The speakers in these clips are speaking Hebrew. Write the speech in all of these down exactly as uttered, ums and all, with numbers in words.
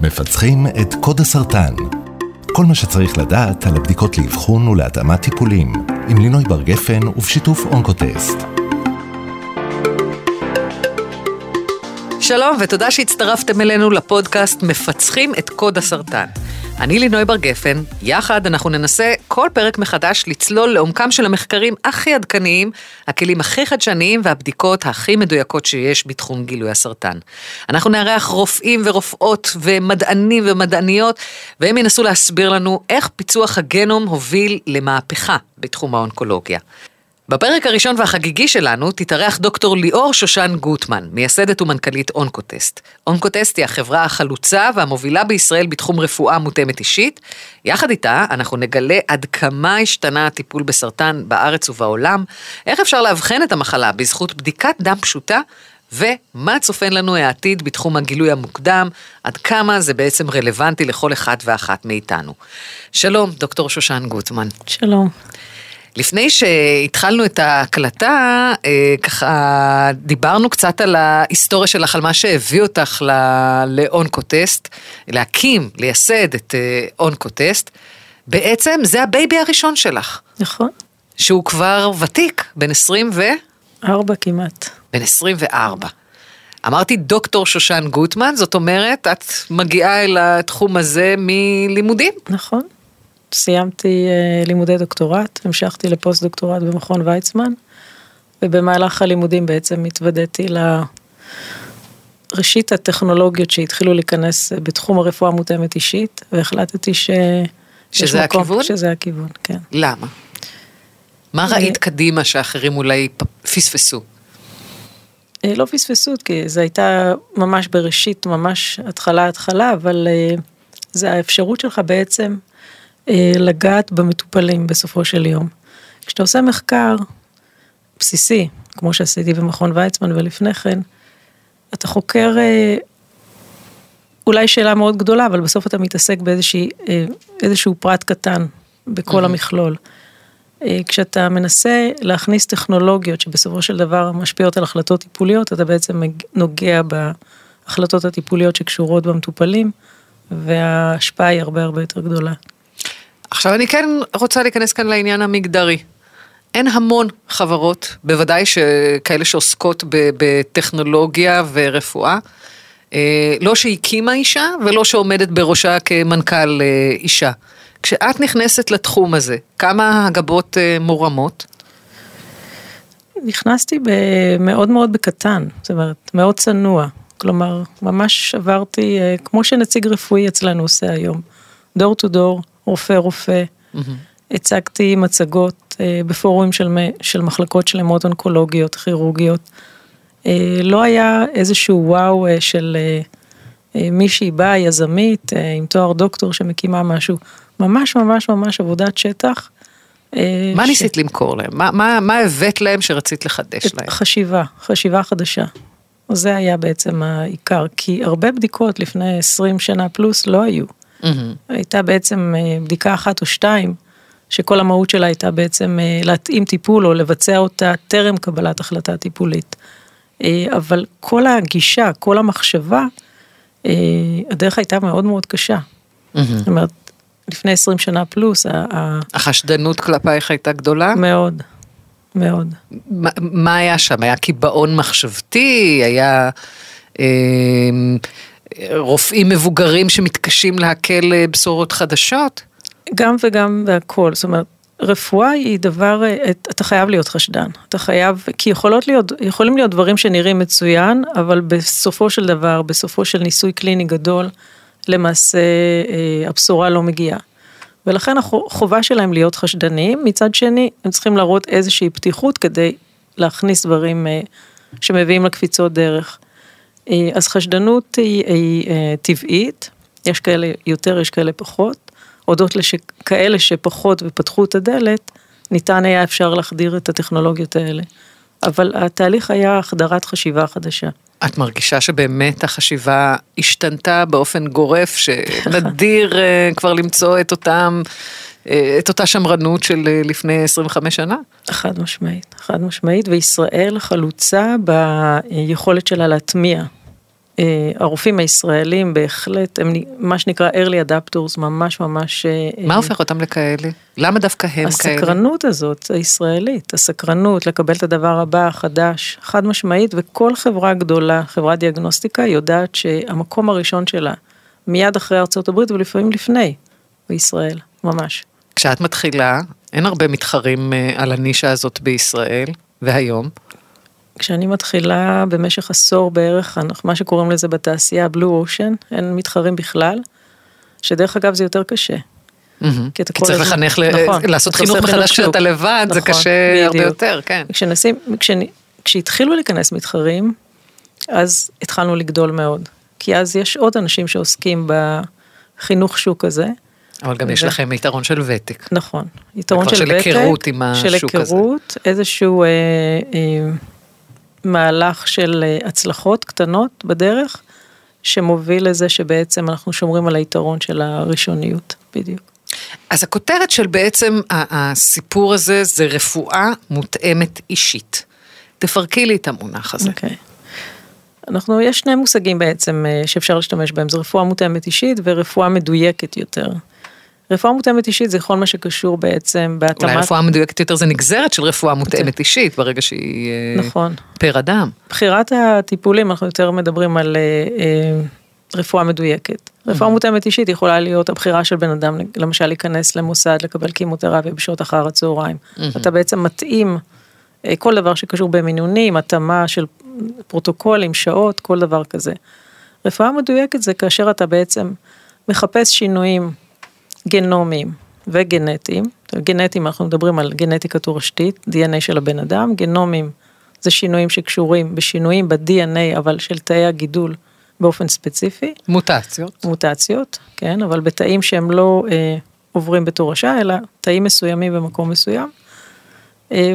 מפצחים את קוד הסרטן. כל מה שצריך לדעת על הבדיקות לאבחון ולהתאמת טיפולים, עם לינוי בר גפן ובשיתוף אונקוטסט. שלום ותודה שהצטרפתם אלינו לפודקאסט מפצחים את קוד הסרטן. אני לינוי בר גפן, יחד אנחנו ננסה כל פרק מחדש לצלול לעומקם של המחקרים הכי עדכניים, הכלים הכי חדשניים והבדיקות הכי מדויקות שיש בתחום גילוי הסרטן. אנחנו נארח רופאים ורופאות ומדענים ומדעניות, והם ינסו להסביר לנו איך פיצוח הגנום הוביל למהפכה בתחום האונקולוגיה. בפרק הראשון והחגיגי שלנו תתארח דוקטור ליאור שושן גוטמן, מייסדת ומנכ"לית אונקוטסט. אונקוטסט היא החברה החלוצה והמובילה בישראל בתחום רפואה מותאמת אישית. יחד איתה אנחנו נגלה עד כמה השתנה הטיפול בסרטן בארץ ובעולם, איך אפשר להבחן את המחלה בזכות בדיקת דם פשוטה, ומה צופן לנו העתיד בתחום הגילוי המוקדם, עד כמה זה בעצם רלוונטי לכל אחד ואחת מאיתנו. שלום, דוקטור שושן גוטמן. שלום. לפני שהתחלנו את ההקלטה, ככה דיברנו קצת על ההיסטוריה שלך, על מה שהביא אותך לאונקוטסט, להקים, לייסד את אונקוטסט. בעצם זה הבייבי הראשון שלך. נכון. שהוא כבר ותיק, בן עשרים וארבע כמעט. בן עשרים וארבע. אמרתי דוקטור שושן גוטמן, זאת אומרת, את מגיעה אל התחום הזה מלימודים. נכון. סיימתי uh, לימודי דוקטורט, המשכתי לפוסט דוקטורט במכון ויצמן, ובמהלך הלימודים בעצם התוודעתי לראשית הטכנולוגיות שהתחילו להיכנס בתחום הרפואה מותאמת אישית, והחלטתי ש... שזה הכיוון? שזה הכיוון, כן. למה? מה ראית קדימה שאחרים אולי פספסו? לא פספסו, כי זה הייתה ממש בראשית, ממש התחלה התחלה, אבל זה האפשרות שלך בעצם לגעת במטופלים בסופו של יום. כשאתה עושה מחקר בסיסי, כמו שעשיתי במכון ויצמן ולפני כן, אתה חוקר אולי שאלה מאוד גדולה, אבל בסוף אתה מתעסק באיזשהו פרט קטן בכל המכלול. כשאתה מנסה להכניס טכנולוגיות שבסופו של דבר משפיעות על החלטות טיפוליות, אתה בעצם נוגע בהחלטות הטיפוליות שקשורות במטופלים, וההשפעה היא הרבה הרבה יותר גדולה. עכשיו אני כן רוצה להיכנס כאן לעניין המגדרי. אין המון חברות, בוודאי שכאלה שעוסקות בטכנולוגיה ורפואה, לא שהקימה אישה ולא שעומדת בראשה כמנכ"ל אישה. כשאת נכנסת לתחום הזה, כמה הגבות מורמות? נכנסתי מאוד מאוד בקטן, זאת אומרת, מאוד צנוע. כלומר, ממש עברתי, כמו שנציג רפואי אצלנו עושה היום, דור טו דור, רופא רופא, הצגתי מצגות בפורומים של, של מחלקות שלמות אונקולוגיות, כירורגיות, לא היה איזשהו וואו של מישהי באה יזמית, עם תואר דוקטור שמקימה משהו, ממש ממש ממש עבודת שטח. מה ש... ניסית למכור להם? מה, מה, מה הבאת להם שרצית לחדש להם? חשיבה, חשיבה חדשה. זה היה בעצם העיקר, כי הרבה בדיקות לפני עשרים שנה פלוס לא היו. Mm-hmm. הייתה בעצם בדיקה אחת או שתיים, שכל המהות שלה הייתה בעצם להתאים טיפול או לבצע אותה טרם קבלת החלטה טיפולית. אבל כל הגישה, כל המחשבה, הדרך הייתה מאוד מאוד קשה. Mm-hmm. זאת אומרת, לפני עשרים שנה פלוס, החשדנות כלפייך הייתה גדולה? מאוד, מאוד. מה, מה היה שם? היה קיבעון מחשבתי? היה אה, רופאים מבוגרים שמתקשים להקל בשורות חדשות? גם וגם והכל. זאת אומרת, רפואה היא דבר, אתה חייב להיות חשדן. אתה חייב, כי יכולות להיות, יכולים להיות דברים שנראים מצוין, אבל בסופו של דבר, בסופו של ניסוי קליני גדול, למעשה הבשורה לא מגיעה. ולכן החובה שלהם להיות חשדניים, מצד שני, הם צריכים להראות איזושהי פתיחות, כדי להכניס דברים שמביאים לקפיצות דרך. אז חשדנות היא, היא טבעית, יש כאלה יותר, יש כאלה פחות, הודות לכאלה שפחות ופתחו את הדלת, ניתן היה אפשר להחדיר את הטכנולוגיות האלה. אבל התהליך היה החדרת חשיבה חדשה. את מרגישה שבאמת החשיבה השתנתה באופן גורף, שנדיר כבר למצוא את אותם, את אותה שמרנות של לפני עשרים וחמש שנה? חד משמעית, חד משמעית, וישראל חלוצה ביכולת שלה להטמיע הרופאים הישראלים בהחלט, הם מה שנקרא early adapters, ממש ממש... מה הופך אותם לכאלה? למה דווקא הם כאלה? הסקרנות הזאת, הישראלית, הסקרנות לקבל את הדבר הבא, החדש, חד משמעית, וכל חברה גדולה, חברת דיאגנוסטיקה, יודעת שהמקום הראשון שלה, מיד אחרי ארצות הברית, ולפעמים לפני, בישראל, ממש. כשאת מתחילה, אין הרבה מתחרים על הנישה הזאת בישראל, והיום? כשאני מתחילה במשך עשור בערך, מה שקוראים לזה בתעשייה, בלו אושן, אין מתחרים בכלל, שדרך אגב זה יותר קשה. כי צריך לחנך, לעשות חינוך מחדש כשאתה לבד, זה קשה הרבה יותר, כן. כשהתחילו להיכנס מתחרים, אז התחלנו לגדול מאוד, כי אז יש עוד אנשים שעוסקים בחינוך שוק הזה. אבל גם יש לכם יתרון של ותק. נכון, יתרון של ותק, של היכרות עם השוק הזה. של היכרות, איזשהו מהלך של הצלחות קטנות בדרך, שמוביל לזה שבעצם אנחנו שומרים על היתרון של הראשוניות, בדיוק. אז הכותרת של בעצם הסיפור הזה, זה רפואה מותאמת אישית. תפרקי לי את המונח הזה. אוקיי. אנחנו, יש שני מושגים בעצם שאפשר להשתמש בהם, זה רפואה מותאמת אישית ורפואה מדויקת יותר. רפואה מותאמת אישית זה כל מה שקשור בעצם בהתאמת... אולי רפואה מדויקת יותר זה נגזרת של רפואה מותאמת אישית, ברגע שהיא נכון. פר אדם. בחירת הטיפולים, אנחנו יותר מדברים על רפואה מדויקת. רפואה מותאמת אישית יכולה להיות הבחירה של בן אדם, למשל להיכנס למוסד, לקבל כימותרפיה בשעות אחר הצהריים. אתה בעצם מתאים כל דבר שקשור במינונים, התאמה של פרוטוקולים, שעות, כל דבר כזה. רפואה מדויקת זה כאשר אתה בעצם מחפש שינויים גנומיים וגנטיים, גנטיים אנחנו מדברים על גנטיקה תורשתית, די אן איי של הבן אדם, גנומיים זה שינויים שקשורים בשינויים ב-די אן איי, אבל של תאי הגידול באופן ספציפי. מוטציות. מוטציות, כן, אבל בתאים שהם לא אה, עוברים בתורשה, אלא תאים מסוימים במקום מסוים, אה,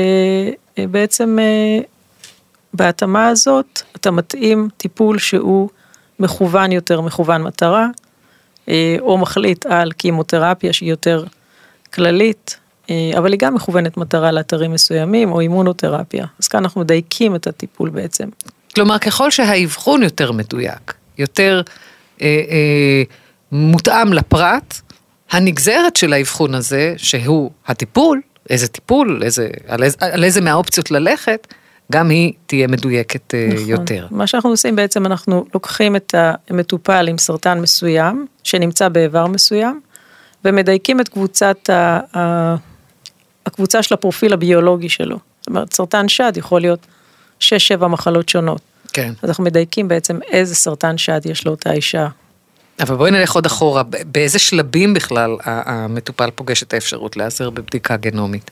ובעצם אה, בהתאמה הזאת, אתה מתאים טיפול שהוא מכוון יותר, מכוון מטרה, או מחליט על כימותרפיה שהיא יותר כללית, אבל היא גם מכוונת מטרה לאתרים מסוימים, או אימונותרפיה. אז כאן אנחנו מדייקים את הטיפול בעצם. כלומר, ככל שהאבחון יותר מדויק, יותר אה, אה, מותאם לפרט, הנגזרת של האבחון הזה, שהוא הטיפול, איזה טיפול, איזה, על, איזה, על איזה מהאופציות ללכת, גם היא תהיה מדויקת נכון. יותר. מה שאנחנו עושים בעצם, אנחנו לוקחים את המטופל עם סרטן מסוים, שנמצא באיבר מסוים, ומדייקים את קבוצת, ה, ה, הקבוצה של הפרופיל הביולוגי שלו. זאת אומרת, סרטן שד יכול להיות שש, שבע מחלות שונות. כן. אז אנחנו מדייקים בעצם איזה סרטן שד יש לאותה אישה. אבל בואי נלך עוד אחורה, באיזה שלבים בכלל המטופל פוגש את האפשרות להיעזר בבדיקה גנומית?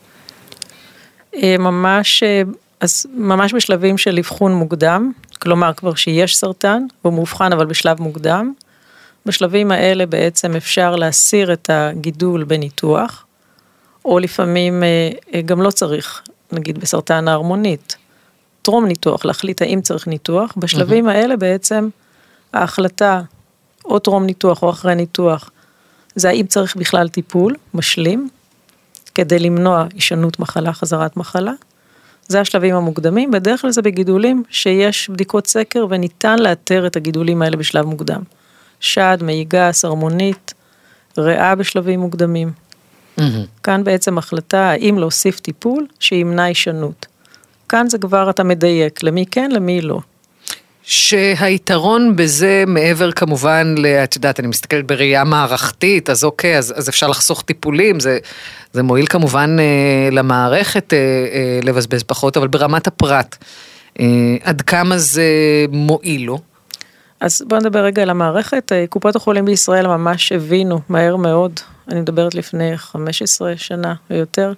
ממש... אז ממש בשלבים של אבחון מוקדם, כלומר כבר שיש סרטן, הוא מאובחן אבל בשלב מוקדם, בשלבים האלה בעצם אפשר להסיר את הגידול בניתוח, או לפעמים גם לא צריך, נגיד בסרטן ההרמונית, טרום ניתוח, להחליט האם צריך ניתוח, בשלבים mm-hmm. האלה בעצם ההחלטה, או טרום ניתוח או אחרי ניתוח, זה האם צריך בכלל טיפול משלים, כדי למנוע הישנות מחלה, חזרת מחלה, זה השלבים המוקדמים, בדרך כלל זה בגידולים שיש בדיקות סקר וניתן לאתר את הגידולים האלה בשלב מוקדם. שד, מעיגה, סרמונית, ריאה בשלבים מוקדמים. Mm-hmm. כאן בעצם החלטה האם להוסיף טיפול שימנע הישנות. כאן זה כבר אתה מדייק, למי כן, למי לא. שהיתרון בזה מעבר כמובן, את יודעת, אני מסתכלת בראייה מערכתית, אז אוקיי, אז, אז אפשר לחסוך טיפולים, זה, זה מועיל כמובן אה, למערכת אה, אה, לבזבז פחות, אבל ברמת הפרט, אה, עד כמה זה מועיל לו? אז בואו נדבר רגע על המערכת, קופות החולים בישראל ממש הבינו מהר מאוד, אני מדברת לפני חמש עשרה שנה ויותר,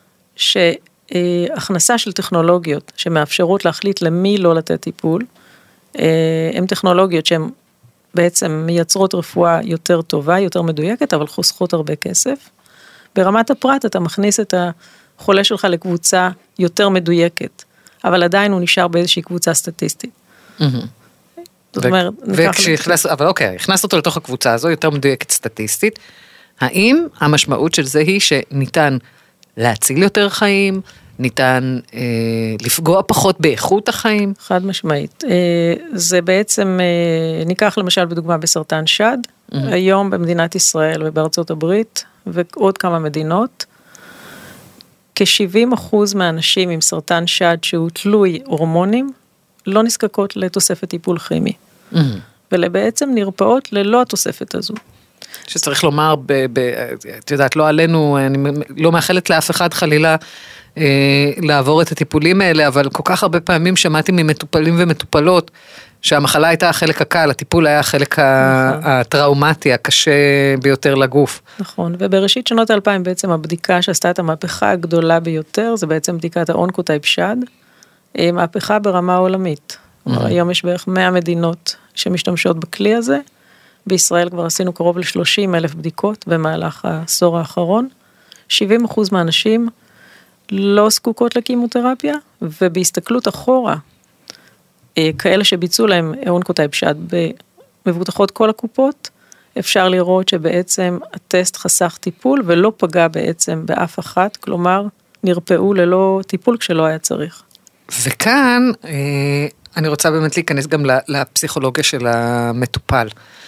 שהכנסה של טכנולוגיות שמאפשרות להחליט למי לא לתת טיפול, הן טכנולוגיות שהן בעצם מייצרות רפואה יותר טובה, יותר מדויקת, אבל חוסכות הרבה כסף. ברמת הפרט אתה מכניס את החולה שלך לקבוצה יותר מדויקת, אבל עדיין הוא נשאר באיזושהי קבוצה סטטיסטית. זאת אומרת, וכשהכנס, אבל אוקיי, הכנסת אותו לתוך הקבוצה הזו, יותר מדויקת סטטיסטית, האם המשמעות של זה היא שניתן להציל יותר חיים, ניתן אה, לפגוע פחות באיכות החיים. חד משמעית. אה, זה בעצם, אה, ניקח למשל בדוגמה בסרטן שד, mm-hmm. היום במדינת ישראל ובארצות הברית, ועוד כמה מדינות, כ-שבעים אחוז מהאנשים עם סרטן שד שהוא תלוי הורמונים, לא נזקקות לתוספת טיפול כימי. Mm-hmm. ולבעצם נרפאות ללא התוספת הזו. שצריך לומר, ב, ב, את יודעת, לא עלינו, אני לא מאחלת לאף אחד חלילה אה, לעבור את הטיפולים האלה, אבל כל כך הרבה פעמים שמעתי ממטופלים ומטופלות, שהמחלה הייתה החלק הקל, הטיפול היה החלק נכון. הטראומטי, הקשה ביותר לגוף. נכון, ובראשית שנות האלפיים בעצם הבדיקה שעשתה את המהפכה הגדולה ביותר, זה בעצם בדיקת האונקוטייפ שד, מהפכה ברמה עולמית. Mm-hmm. היום יש בערך מאה מדינות שמשתמשות בכלי הזה, בישראל כבר עשינו קרוב ל-שלושים אלף בדיקות במהלך העשור האחרון, שבעים אחוז מהאנשים לא זקוקות לקימותרפיה, ובהסתכלות אחורה, כאלה שביצעו להם אונקוטייפ שד במבוטחות כל הקופות, אפשר לראות שבעצם הטסט חסך טיפול, ולא פגע בעצם באף אחת, כלומר נרפאו ללא טיפול כשלא היה צריך. וכאן אני רוצה באמת להיכנס גם לפסיכולוגיה של המטופל.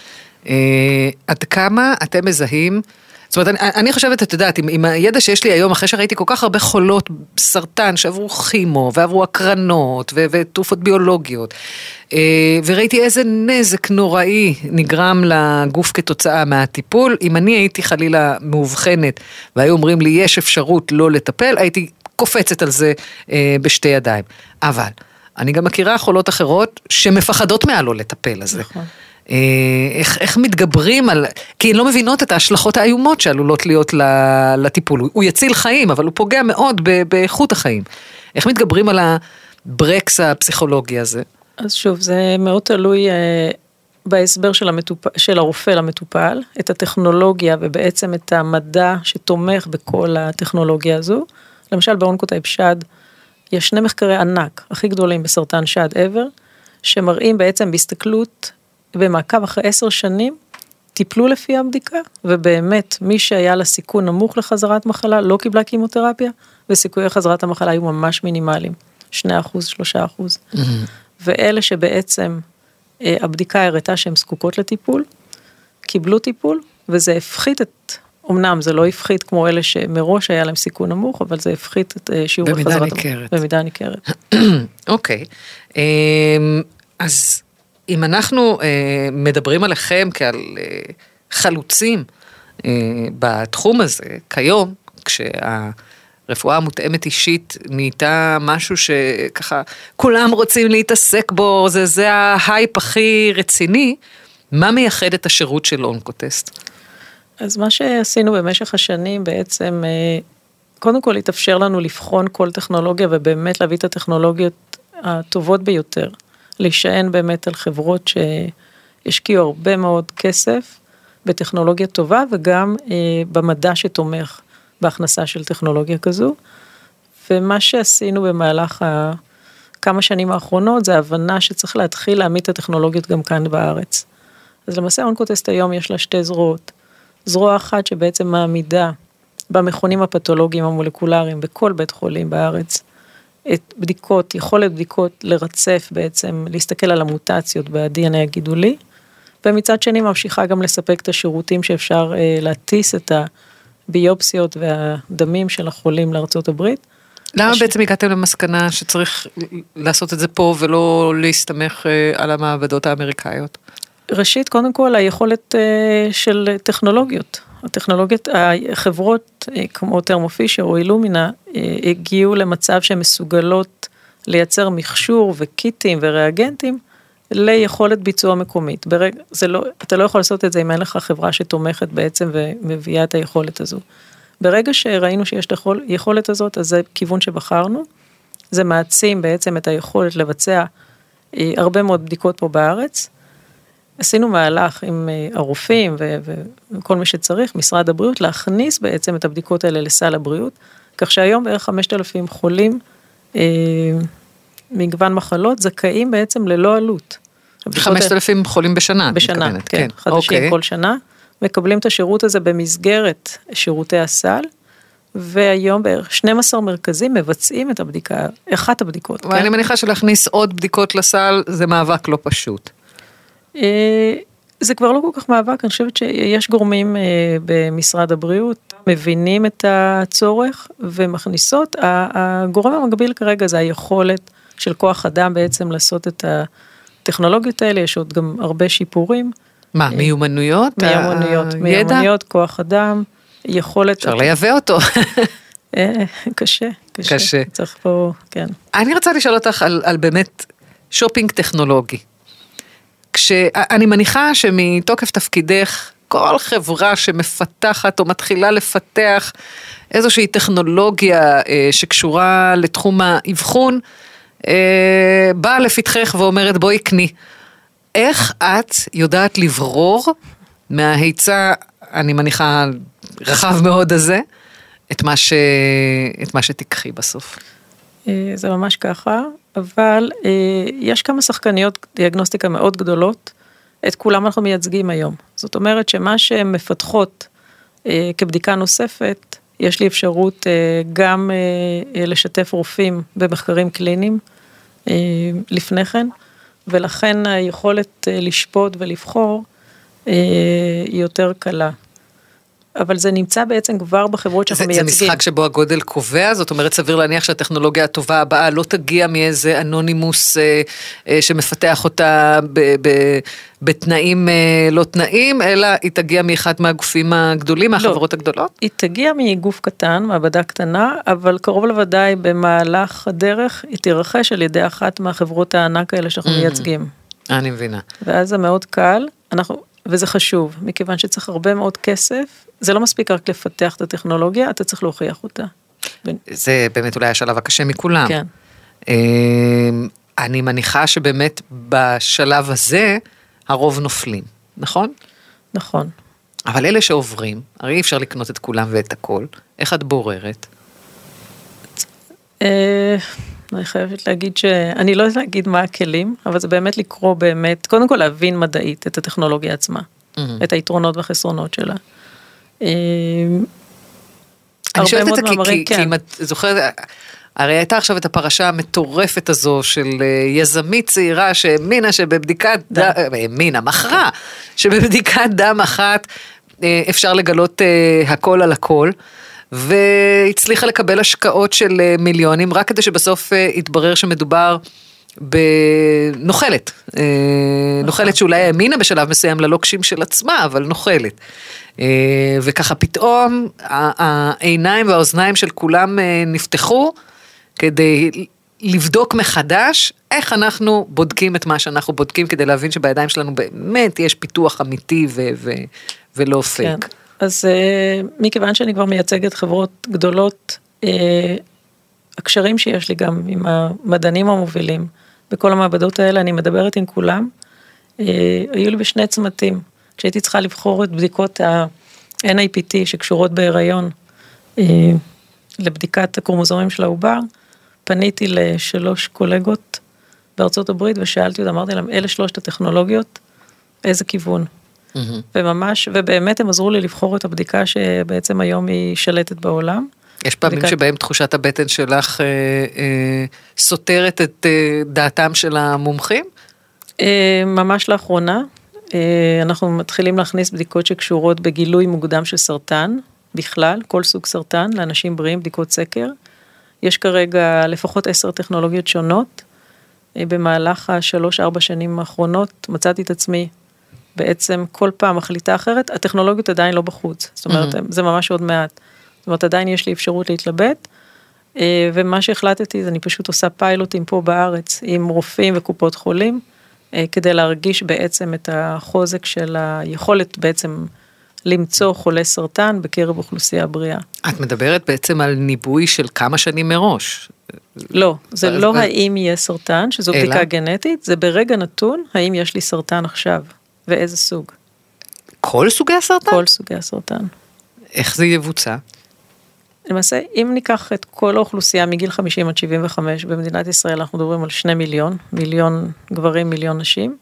עד כמה אתם מזהים, זאת אומרת, אני, אני חושבת, את יודעת, עם, עם הידע שיש לי היום, אחרי שראיתי כל כך הרבה חולות סרטן, שעברו כימו, ועברו הקרנות, ו- ותרופות ביולוגיות, וראיתי איזה נזק נוראי נגרם לגוף כתוצאה מהטיפול, אם אני הייתי חלילה מאובחנת, והיו אומרים לי, יש אפשרות לא לטפל, הייתי קופצת על זה בשתי ידיים. אבל, אני גם מכירה חולות אחרות, שמפחדות מהלא לטפל על זה. נכון. איך, איך מתגברים על, כי הן לא מבינות את ההשלכות האיומות שעלולות להיות לטיפול, הוא יציל חיים, אבל הוא פוגע מאוד באיכות החיים. איך מתגברים על הברקס הפסיכולוגי הזה? אז שוב, זה מאוד תלוי בהסבר של, המטופ... של הרופא למטופל, את הטכנולוגיה ובעצם את המדע שתומך בכל הטכנולוגיה הזו. למשל באונקוטייפ שד, יש שני מחקרי ענק, הכי גדולים בסרטן שד ever, שמראים בעצם בהסתכלות במעקב אחרי עשר שנים, טיפלו לפי הבדיקה, ובאמת מי שהיה לה סיכון נמוך לחזרת מחלה, לא קיבלה קימותרפיה, וסיכויי חזרת המחלה היו ממש מינימליים, שני אחוז, שלושה אחוז. Mm-hmm. ואלה שבעצם אה, הבדיקה הראתה שהן זקוקות לטיפול, קיבלו טיפול, וזה הפחית את, אמנם זה לא הפחית כמו אלה שמראש היה להם סיכון נמוך, אבל זה הפחית את אה, שיעור במידה החזרת ניכרת. במידה ניכרת. אוקיי. אז אם אנחנו אה, מדברים עליכם כעל אה, חלוצים אה, בתחום הזה, כיום, כשהרפואה המותאמת אישית נהייתה משהו שככה כולם רוצים להתעסק בו, זה, זה ההייפ הכי רציני, מה מייחד את השירות של אונקוטסט? אז מה שעשינו במשך השנים בעצם, אה, קודם כל התאפשר לנו לבחון כל טכנולוגיה, ובאמת להביא את הטכנולוגיות הטובות ביותר. להישען באמת על חברות שהשקיעו הרבה מאוד כסף בטכנולוגיה טובה, וגם אה, במדע שתומך בהכנסה של טכנולוגיה כזו. ומה שעשינו במהלך ה... כמה שנים האחרונות, זה ההבנה שצריך להתחיל להעמיד את הטכנולוגיות גם כאן בארץ. אז למעשה אונקוטסט היום יש לה שתי זרועות. זרוע אחת שבעצם מעמידה במכונים הפתולוגיים המולקולריים בכל בית חולים בארץ, את בדיקות, יכולת בדיקות לרצף בעצם, להסתכל על המוטציות ב-די אן איי הגידולי, ומצד שני ממשיכה גם לספק את השירותים שאפשר אה, להטיס את הביופסיות והדמים של החולים לארצות הברית. למה הש... בעצם הגעתם למסקנה שצריך לעשות את זה פה ולא להסתמך אה, על המעבדות האמריקאיות? ראשית, קודם כל, היכולת אה, של טכנולוגיות. הטכנולוגיות, החברות כמו תרמו פישר או אילומינה, הגיעו למצב שהן מסוגלות לייצר מכשור וקיטים וריאגנטים ליכולת ביצוע מקומית. ברגע, זה לא, אתה לא יכול לעשות את זה אם אין לך חברה שתומכת בעצם ומביאה את היכולת הזו. ברגע שראינו שיש את היכולת הזאת, אז זה כיוון שבחרנו. זה מעצים בעצם את היכולת לבצע הרבה מאוד בדיקות פה בארץ. עשינו מהלך עם הרופאים וכל מי שצריך, משרד הבריאות, להכניס בעצם את הבדיקות האלה לסל הבריאות, כך שהיום בערך חמשת אלפים חולים, מגוון מחלות, זכאים בעצם ללא עלות. חמשת אלפים חולים בשנה? בשנה, כן, כן, חדשים כל שנה, מקבלים את השירות הזה במסגרת שירותי הסל, והיום בערך שנים עשר מרכזים מבצעים את הבדיקה, אחת הבדיקות. ואני מניחה שלהכניס עוד בדיקות לסל, זה מאבק לא פשוט. זה כבר לא כל כך מאבק, אני חושבת שיש גורמים במשרד הבריאות, מבינים את הצורך ומכניסות, הגורם המקביל כרגע זה היכולת של כוח אדם בעצם לעשות את הטכנולוגיות האלה, יש עוד גם הרבה שיפורים. מה, מיומנויות? מיומנויות, מיומנויות, כוח אדם, יכולת... אפשר לייבא אותו. קשה, קשה. קשה. צריך פה, כן. אני רוצה לשאול אותך על, על באמת שופינג טכנולוגי. כשאני מניחה שמתוקף תפקידך, כל חברה שמפתחת או מתחילה לפתח איזושהי טכנולוגיה אה, שקשורה לתחום האבחון, אה, באה לפתחך ואומרת בואי קני. איך את יודעת לברור מההיצע, אני מניחה רחב מאוד הזה, את מה, ש... את מה שתיקחי בסוף? זה ממש ככה, אבל יש כמה שחקניות דיאגנוסטיקה מאוד גדולות, את כולם אנחנו מייצגים היום. זאת אומרת שמה שהן מפתחות כבדיקה נוספת, יש לי אפשרות גם לשתף רופאים במחקרים קליניים לפני כן, ולכן היכולת לשפוט ולבחור היא יותר קלה. אבל זה נמצא בעצם כבר בחברות שאנחנו מייצגים. זה משחק שבו הגודל קובע, זאת אומרת סביר להניח שהטכנולוגיה הטובה הבאה לא תגיע מאיזה אנונימוס אה, אה, שמפתח אותה ב, ב, בתנאים אה, לא תנאים, אלא היא תגיע מאחד מהגופים הגדולים, לא, מהחברות הגדולות? היא תגיע מגוף קטן, מעבדה קטנה, אבל קרוב לוודאי במהלך הדרך היא תירכש על ידי אחת מהחברות הענק האלה שאנחנו mm-hmm. מייצגים. אני מבינה. ואז זה מאוד קל, אנחנו... וזה חשוב, מכיוון שצריך הרבה מאוד כסף, זה לא מספיק רק לפתח את הטכנולוגיה, אתה צריך להוכיח אותה. זה באמת אולי השלב הקשה מכולם. כן. אני מניחה שבאמת בשלב הזה, הרוב נופלים, נכון? נכון. אבל אלה שעוברים, הרי אי אפשר לקנות את כולם ואת הכל, איך את בוררת? אני חייבת להגיד שאני לא יודעת להגיד מה הכלים, אבל זה באמת לקרוא באמת, קודם כל להבין מדעית את הטכנולוגיה עצמה, mm-hmm. את היתרונות והחסרונות שלה. אני שואלת את זה כי, כי, כן. כי אם את זוכרת, הרי הייתה עכשיו את הפרשה המטורפת הזו של יזמית צעירה שהאמינה שבבדיקת דם, האמינה, מכרה, שבבדיקת דם אחת אפשר לגלות הכל על הכל, והצליחה לקבל השקעות של מיליונים, רק כדי שבסוף יתברר שמדובר בנוחלת. נוחלת שאולי האמינה בשלב מסוים ללוקשים של עצמה, אבל נוחלת. וככה פתאום העיניים והאוזניים של כולם נפתחו, כדי לבדוק מחדש איך אנחנו בודקים את מה שאנחנו בודקים, כדי להבין שבידיים שלנו באמת יש פיתוח אמיתי ו- ו- ולא פייק. כן. אז מכיוון שאני כבר מייצגת חברות גדולות, הקשרים שיש לי גם עם המדענים המובילים, בכל המעבדות האלה אני מדברת עם כולם, היו לי בשני צמתים, כשהייתי צריכה לבחור את בדיקות ה-אן איי פי טי שקשורות בהיריון, לבדיקת הקרומוזומים של העובר, פניתי לשלוש קולגות בארצות הברית, ושאלתי אותם, אמרתי להם, אלה שלושת הטכנולוגיות, איזה כיוון? Mm-hmm. וממש, ובאמת הם עזרו לי לבחור את הבדיקה שבעצם היום היא שלטת בעולם. יש פעמים בדיקת... שבהם תחושת הבטן שלך אה, אה, סותרת את אה, דעתם של המומחים? אה, ממש לאחרונה, אה, אנחנו מתחילים להכניס בדיקות שקשורות בגילוי מוקדם של סרטן, בכלל, כל סוג סרטן, לאנשים בריאים, בדיקות סקר. יש כרגע לפחות עשר טכנולוגיות שונות, אה, במהלך השלוש, ארבע שנים האחרונות, מצאתי את עצמי, בעצם כל פעם מחליטה אחרת, הטכנולוגיות עדיין לא בחוץ, זאת אומרת, mm-hmm. זה ממש עוד מעט, זאת אומרת, עדיין יש לי אפשרות להתלבט, ומה שהחלטתי, זה אני פשוט עושה פיילוטים פה בארץ, עם רופאים וקופות חולים, כדי להרגיש בעצם את החוזק של היכולת בעצם למצוא חולי סרטן בקרב אוכלוסייה בריאה. את מדברת בעצם על ניבוי של כמה שנים מראש. לא, זה לא האם יהיה סרטן, שזו בדיקה גנטית, זה ברגע נתון, האם יש לי סרטן עכשיו. ואיזה סוג? כל סוגי הסרטן? כל סוגי הסרטן. איך זה יבוצע? למעשה, אם ניקח את כל האוכלוסייה מגיל חמישים עד שבעים וחמש, במדינת ישראל אנחנו מדברים על שני מיליון, מיליון גברים, מיליון נשים,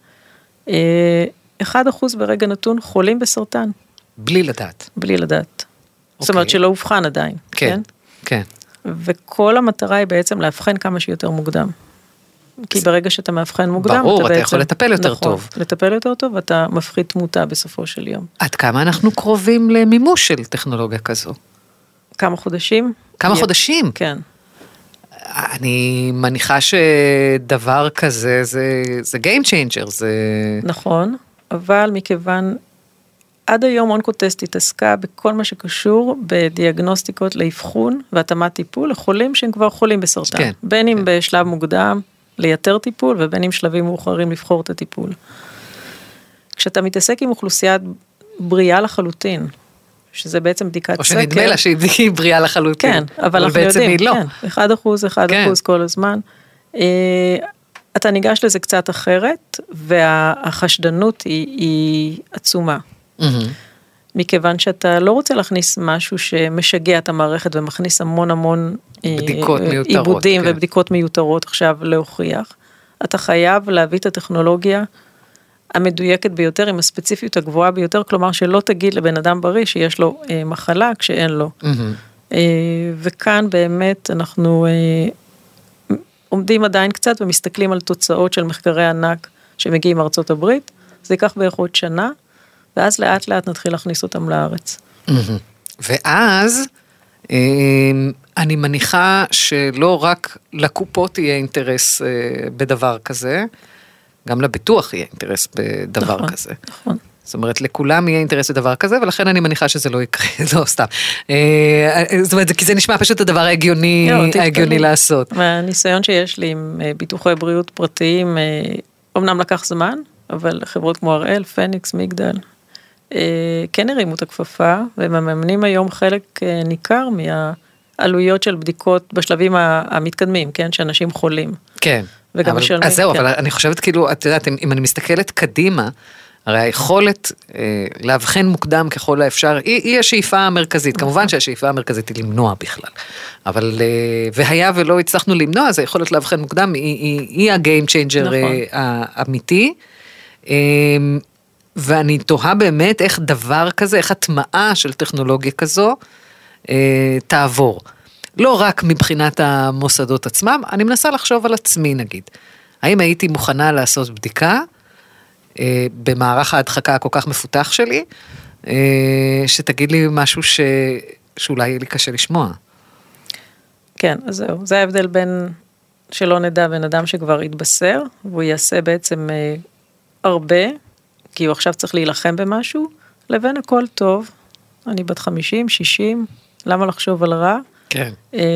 אחד אחוז ברגע נתון חולים בסרטן. בלי לדעת. בלי לדעת. זאת אומרת שלא הובחן עדיין. כן, כן. וכל המטרה היא בעצם להבחן כמה שיותר מוקדם. כי ברגע שאתה מאבחן מוקדם, ברור, אתה, אתה בעצם, יכול לטפל יותר נכון, טוב. לטפל יותר טוב, ואתה מפחית תמותה בסופו של יום. עד כמה אנחנו קרובים למימוש של טכנולוגיה כזו? כמה חודשים? כמה י... חודשים? כן. אני מניחה שדבר כזה, זה, זה game changer, זה... נכון, אבל מכיוון, עד היום אונקוטסט התעסקה בכל מה שקשור בדיאגנוסטיקות לאבחון והתאמת טיפול לחולים שהם כבר חולים בסרטן. כן, בין אם כן. בשלב מוקדם ליתר טיפול, ובין אם שלבים מאוחרים לבחור את הטיפול. כשאתה מתעסק עם אוכלוסיית בריאה לחלוטין, שזה בעצם בדיקת סקר. או שנדמה לה שהיא בריאה לחלוטין. כן, אבל אנחנו יודעים, לא. כן, אחד אחוז, אחד כן. אחוז כל הזמן. אתה ניגש לזה קצת אחרת, והחשדנות היא, היא עצומה. מכיוון שאתה לא רוצה להכניס משהו שמשגע את המערכת, ומכניס המון המון בדיקות מיותרות, עיבודים כן. ובדיקות מיותרות עכשיו להוכיח. אתה חייב להביא את הטכנולוגיה המדויקת ביותר, עם הספציפיות הגבוהה ביותר, כלומר שלא תגיד לבן אדם בריא שיש לו אה, מחלה כשאין לו. Mm-hmm. אה, וכאן באמת אנחנו אה, עומדים עדיין קצת ומסתכלים על תוצאות של מחקרי ענק שמגיעים מארצות הברית, זה ייקח בערך עוד שנה, ואז לאט לאט נתחיל להכניס אותם לארץ. Mm-hmm. ואז אה, אני מניחה שלא רק לקופות יהיה אינטרס אה, בדבר כזה, גם לביטוח יהיה אינטרס בדבר נכון, כזה. נכון. זאת אומרת, לכולם יהיה אינטרס בדבר כזה, ולכן אני מניחה שזה לא יקרה, לא סתם. זאת אומרת, כי זה נשמע פשוט הדבר ההגיוני, ההגיוני לעשות. מהניסיון שיש לי עם ביטוחי בריאות פרטיים, אמנם לקח זמן, אבל חברות כמו הראל, פניקס, מגדל, כן הרימו את הכפפה, ומממנים היום חלק ניכר מהעלויות של בדיקות בשלבים המתקדמים, כן, שאנשים חולים. כן. וגם אבל, משלמים, אז זהו, כן. אבל אני חושבת כאילו, את יודעת, אם, אם אני מסתכלת קדימה, הרי היכולת אה, להבחן מוקדם ככל האפשר, היא, היא השאיפה המרכזית. כמובן שהשאיפה המרכזית היא למנוע בכלל. אבל, אה, והיה ולא הצלחנו למנוע, אז היכולת להבחן מוקדם היא, היא, היא ה-game changer נכון. אה, האמיתי. אה, ואני תוהה באמת איך דבר כזה, איך הטמעה של טכנולוגיה כזו, אה, תעבור. לא רק מבחינת המוסדות עצמם, אני מנסה לחשוב על עצמי נגיד. האם הייתי מוכנה לעשות בדיקה, אה, במערך ההדחקה הכל כך מפותח שלי, אה, שתגיד לי משהו ש... שאולי יהיה לי קשה לשמוע. כן, אז זהו. זה ההבדל בין שלא נדע בין אדם שכבר יתבשר, והוא יעשה בעצם אה, הרבה, כי הוא עכשיו צריך להילחם במשהו, לבין הכל טוב. אני בת חמישים, שישים, למה לחשוב על רע? כן.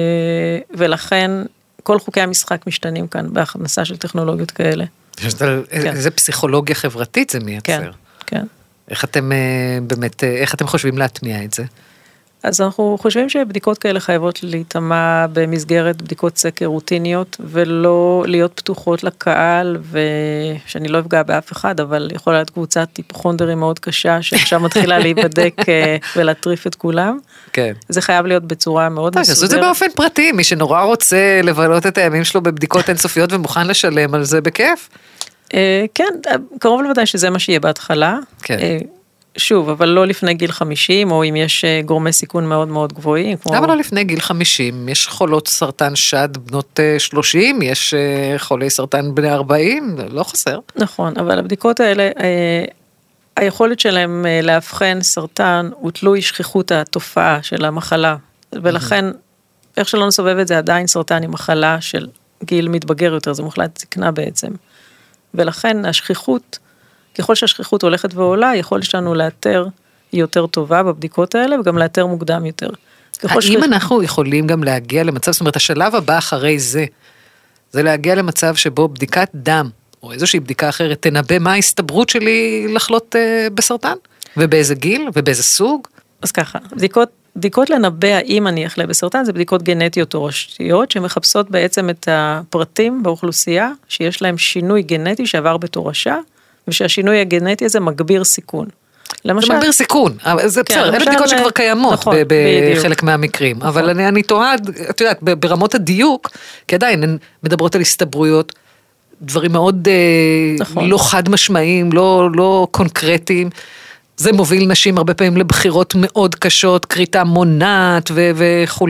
ולכן כל חוקי המשחק משתנים כאן בהכנסה של טכנולוגיות כאלה. איזה פסיכולוגיה חברתית זה מייצר. כן, כן. איך אתם באמת, איך אתם חושבים להטמיע את זה? אז אנחנו חושבים שבדיקות כאלה חייבות להתאמה במסגרת בדיקות סקר רוטיניות, ולא להיות פתוחות לקהל, ושאני לא אפגע באף אחד, אבל יכולה להיות קבוצת היפוכונדרים מאוד קשה, שעכשיו מתחילה להיבדק ולהטריף את כולם. כן. זה חייב להיות בצורה מאוד מסודרת. תעשו את זה באופן פרטי, מי שנורא רוצה לבלות את הימים שלו בבדיקות אינסופיות, ומוכן לשלם על זה בכיף. כן, קרוב לוודאי שזה מה שיהיה בהתחלה. כן. שוב, אבל לא לפני גיל חמישים, או אם יש גורמי סיכון מאוד מאוד גבוהים. כמו... למה לא לפני גיל חמישים? יש חולות סרטן שד בנות שלושים, יש חולי סרטן בני ארבעים, לא חסר. נכון, אבל הבדיקות האלה, היכולת שלהם להבחן סרטן, הוא תלוי שכיחות התופעה של המחלה, ולכן, איך שלא נסובב את זה, עדיין סרטן היא מחלה של גיל מתבגר יותר, זה מחלת זקנה בעצם. ולכן השכיחות, ככל שהשכיחות הולכת ועולה, יכול שלנו לאתר היא יותר טובה בבדיקות האלה, וגם לאתר מוקדם יותר. האם שכיח... אנחנו יכולים גם להגיע למצב, זאת אומרת, השלב הבא אחרי זה, זה להגיע למצב שבו בדיקת דם, או איזושהי בדיקה אחרת, תנבא מה ההסתברות שלי לחלות uh, בסרטן? ובאיזה גיל? ובאיזה סוג? אז ככה, בדיקות, בדיקות לנבא האם אני אחלה בסרטן, זה בדיקות גנטיות תורשתיות, שמחפשות בעצם את הפרטים באוכלוסייה, שיש להם שינוי גנטי שעבר בתורשה, ושהשינוי הגנטי הזה מגביר סיכון. למשל, זה מגביר סיכון, זה בסדר, אלה בדיקות שכבר קיימות בחלק מהמקרים, אבל אני תוהה, את יודעת, ברמות הדיוק, כי עדיין הן מדברות על הסתברויות, דברים מאוד לא חד משמעיים, לא קונקרטיים, זה מוביל נשים הרבה פעמים לבחירות מאוד קשות, קריטה מונעת וכו'.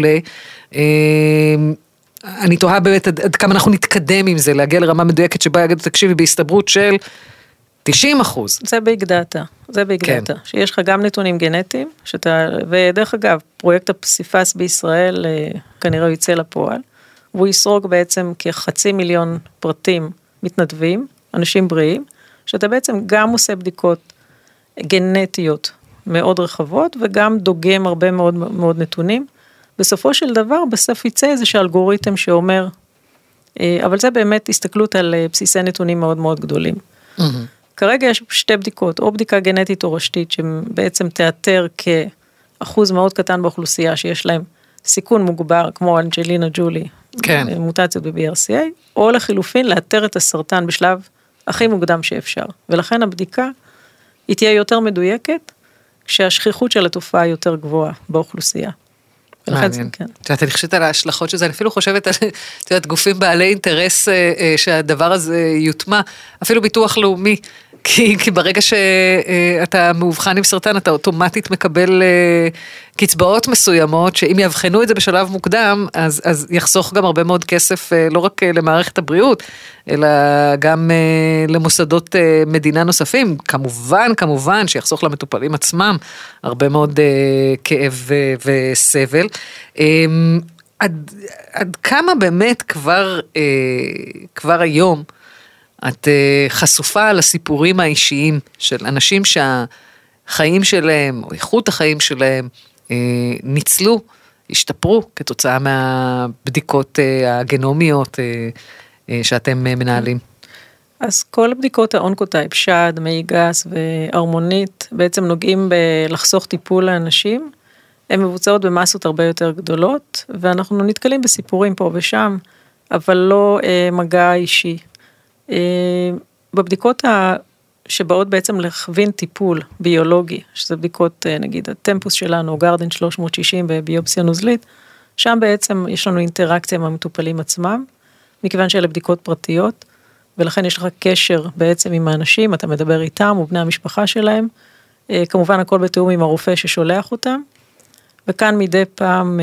אני תוהה באמת עד, עד כמה אנחנו נתקדם עם זה, להגיע לרמה מדויקת שבה יגידו, תקשיבי, בהסתברות של תשעים אחוז. זה ביג דאטה, זה ביג דאטה, שיש לך גם נתונים גנטיים, שאתה, ודרך אגב, פרויקט הפסיפס בישראל כנראה יצא לפועל, והוא יסרוג בעצם כחצי מיליון פרטים מתנדבים, אנשים בריאים, שאתה בעצם גם עושה בדיקות גנטיות מאוד רחבות, וגם דוגם הרבה מאוד מאוד נתונים. בסופו של דבר, בסוף יצא איזשהו אלגוריתם שאומר, אבל זה באמת הסתכלות על בסיסי נתונים מאוד מאוד גדולים. Mm-hmm. כרגע יש שתי בדיקות, או בדיקה גנטית או רשתית, שבעצם תאתר כאחוז מאוד קטן באוכלוסייה, שיש להם סיכון מוגבר, כמו אנג'לינה ג'ולי, כן. מוטציות ב-בי אר סי איי, או לחילופין, לאתר את הסרטן בשלב הכי מוקדם שאפשר. ולכן הבדיקה, היא תהיה יותר מדויקת, כשהשכיחות של התופעה יותר גבוהה באוכלוסייה. מעניין. את יודעת, אני חושבת על ההשלכות של זה, אני אפילו חושבת על, את יודעת, גופים בעלי אינטרס שהדבר הזה יוטמע, אפילו ביטוח לאומי, כי, כי ברגע שאתה מאובחן עם סרטן, אתה אוטומטית מקבל קצבאות מסוימות, שאם יבחנו את זה בשלב מוקדם, אז, אז יחסוך גם הרבה מאוד כסף, לא רק למערכת הבריאות, אלא גם למוסדות מדינה נוספים, כמובן, כמובן, שיחסוך למטופלים עצמם, הרבה מאוד כאב וסבל. עד, עד כמה באמת כבר, כבר היום, את חשופה לסיפורים האישיים של אנשים שהחיים שלהם, או איכות החיים שלהם, ניצלו, השתפרו כתוצאה מהבדיקות הגנומיות שאתם מנהלים. אז כל הבדיקות האונקוטייפ, שד, מעי גס והרמונית, בעצם נוגעים בלחסוך טיפול לאנשים, הן מבוצעות במסות הרבה יותר גדולות, ואנחנו נתקלים בסיפורים פה ושם, אבל לא מגע אישי. בבדיקות שבאות בעצם להכווין טיפול ביולוגי, שזה בדיקות נגיד הטמפוס שלנו, גרדן שלוש מאות שישים בביופסיה נוזלית, שם בעצם יש לנו אינטראקציה עם המטופלים עצמם, מכיוון שאלה בדיקות פרטיות, ולכן יש לך קשר בעצם עם האנשים, אתה מדבר איתם ובני המשפחה שלהם, כמובן הכל בתיאום עם הרופא ששולח אותם, וכאן מדי פעם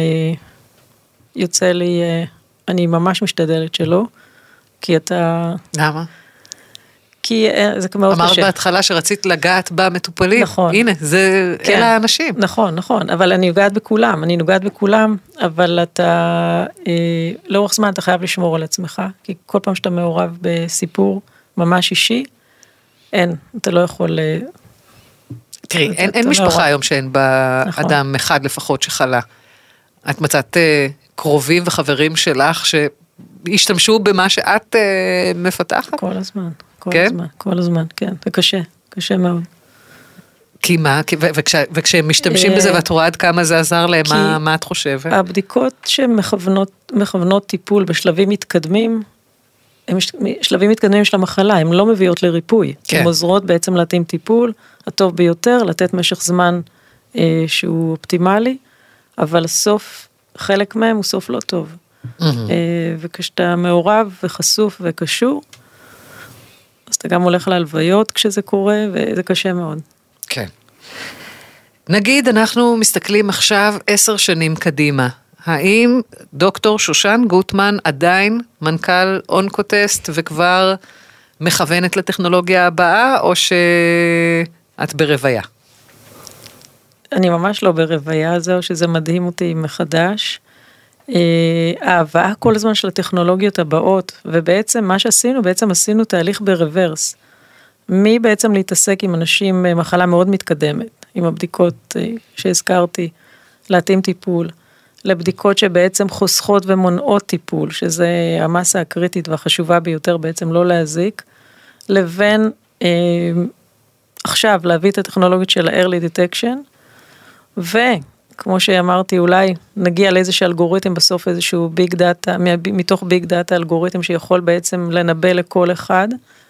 יוצא לי, אני ממש משתדלת שלא, כי אתה... למה? כי זה מאוד קשה. אמרת בהתחלה שרצית לגעת במטופלים. נכון. הנה, זה כן. אלה האנשים. נכון, נכון, אבל אני נוגעת בכולם, אני נוגעת בכולם, אבל אתה, אה, לאורך זמן אתה חייב לשמור על עצמך, כי כל פעם שאתה מעורב בסיפור ממש אישי, אין, אתה לא יכול... אה, תראי, אין, אין משפחה היום שאין בה נכון. אדם אחד לפחות שחלה. את מצאת אה, קרובים וחברים שלך ש... השתמשו במה שאת uh, מפתחת? כל הזמן, כל כן? הזמן, כל הזמן, כן, זה קשה, קשה מאוד. כי מה? וכש, וכשהם משתמשים בזה ואת רואה עד כמה זה עזר להם, מה, מה את חושבת? הבדיקות שמכוונות מכוונות טיפול בשלבים מתקדמים, הם שלבים מתקדמים של המחלה, הן לא מביאות לריפוי, כן. הן עוזרות בעצם להתאים טיפול, הטוב ביותר, לתת משך זמן אה, שהוא אופטימלי, אבל סוף, חלק מהם הוא סוף לא טוב. וכשאתה מעורב וחשוף וקשור, אז אתה גם הולך להלוויות כשזה קורה, וזה קשה מאוד. כן. נגיד, אנחנו מסתכלים עכשיו עשר שנים קדימה. האם דוקטור שושן גוטמן עדיין מנכ"ל אונקוטסט וכבר מכוונת לטכנולוגיה הבאה, או שאת ברוויה? אני ממש לא ברוויה, זהו שזה מדהים אותי מחדש. ההבאה כל הזמן של הטכנולוגיות הבאות, ובעצם מה שעשינו, בעצם עשינו תהליך ברוורס, מי בעצם להתעסק עם אנשים מחלה מאוד מתקדמת, עם הבדיקות שהזכרתי, להתאים טיפול, לבדיקות שבעצם חוסכות ומונעות טיפול, שזה המסה הקריטית והחשובה ביותר בעצם לא להזיק, לבין אה, עכשיו להביא את הטכנולוגיות של ה-early detection, ו... כמו שאמרתי, אולי נגיע לאיזשהו אלגוריתם בסוף, איזשהו ביג דאטה, מתוך ביג דאטה אלגוריתם שיכול בעצם לנבא לכל אחד.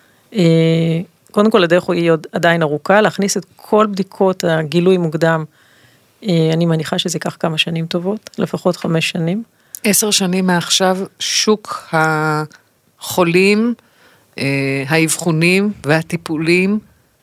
קודם כל, הדרך היא עוד עדיין ארוכה, להכניס את כל בדיקות הגילוי מוקדם, אני מניחה שזה ייקח כמה שנים טובות, לפחות חמש שנים. עשר שנים מעכשיו, שוק החולים, האבחונים והטיפולים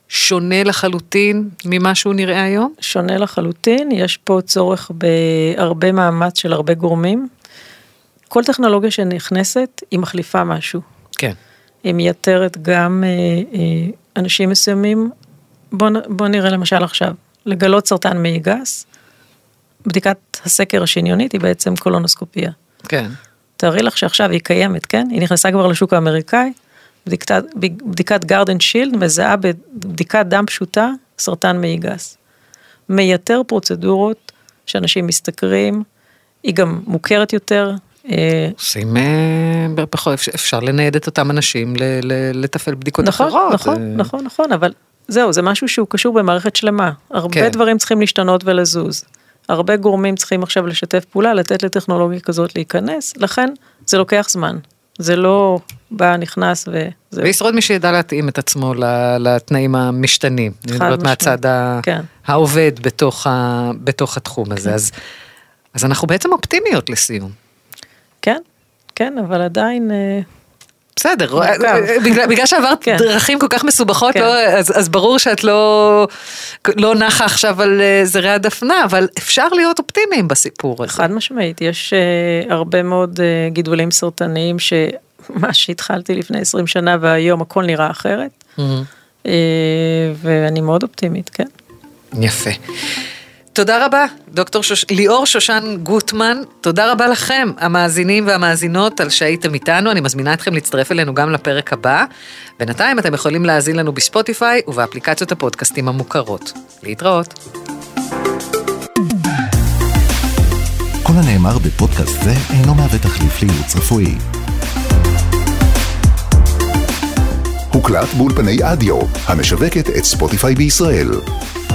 שונה לחלוטין ממה שהוא נראה היום? שונה לחלוטין, יש פה צורך בהרבה מאמץ של הרבה גורמים. כל טכנולוגיה שנכנסת, היא מחליפה משהו. כן. היא מייתרת גם אה, אה, אנשים מסוימים. בוא, בוא נראה למשל עכשיו, לגלות סרטן מעי גס, בדיקת הסקר השניונית היא בעצם קולונוסקופיה. כן. תארי לך שעכשיו היא קיימת, כן? היא נכנסה כבר לשוק האמריקאי, בדיקת, בדיקת גרדן שילד מזהה בבדיקת דם פשוטה, סרטן מעי גס. מייתר פרוצדורות שאנשים מסתכרים, היא גם מוכרת יותר. עושים, אפשר לנייד את אותם אנשים לטפל בדיקות נכון, אחרות. נכון, נכון, נכון, אבל זהו, זה משהו שהוא קשור במערכת שלמה. הרבה כן. דברים צריכים להשתנות ולזוז. הרבה גורמים צריכים עכשיו לשתף פעולה, לתת לטכנולוגיה כזאת להיכנס, לכן זה לוקח זמן. זה לא בא, נכנס וזהו. וישרוד מי שידע להתאים את עצמו לתנאים המשתנים. נדלות מהצד כן. העובד בתוך, ה, בתוך התחום הזה. כן. אז, אז אנחנו בעצם אופטימיות לסיום. כן, כן, אבל עדיין... בסדר, בגלל, בגלל שעברת כן. דרכים כל כך מסובכות, כן. לא, אז, אז ברור שאת לא, לא נחה עכשיו על זרי הדפנה, אבל אפשר להיות אופטימיים בסיפור הזה. חד משמעית, יש uh, הרבה מאוד uh, גידולים סרטניים, שמה שהתחלתי לפני עשרים שנה, והיום הכל נראה אחרת, mm-hmm. uh, ואני מאוד אופטימית, כן. יפה. תודה רבה, דוקטור שוש... ליאור שושן גוטמן, תודה רבה לכם, המאזינים והמאזינות, על שהייתם איתנו, אני מזמינה אתכם להצטרף אלינו גם לפרק הבא, בינתיים אתם יכולים להאזין לנו בספוטיפיי ובאפליקציות הפודקאסטים המוכרות. להתראות. כל הנאמר בפודקאסט זה אינו מהווה תחליף לייעוץ רפואי. הוקלט באולפני אדיו, המשווקת את ספוטיפיי בישראל.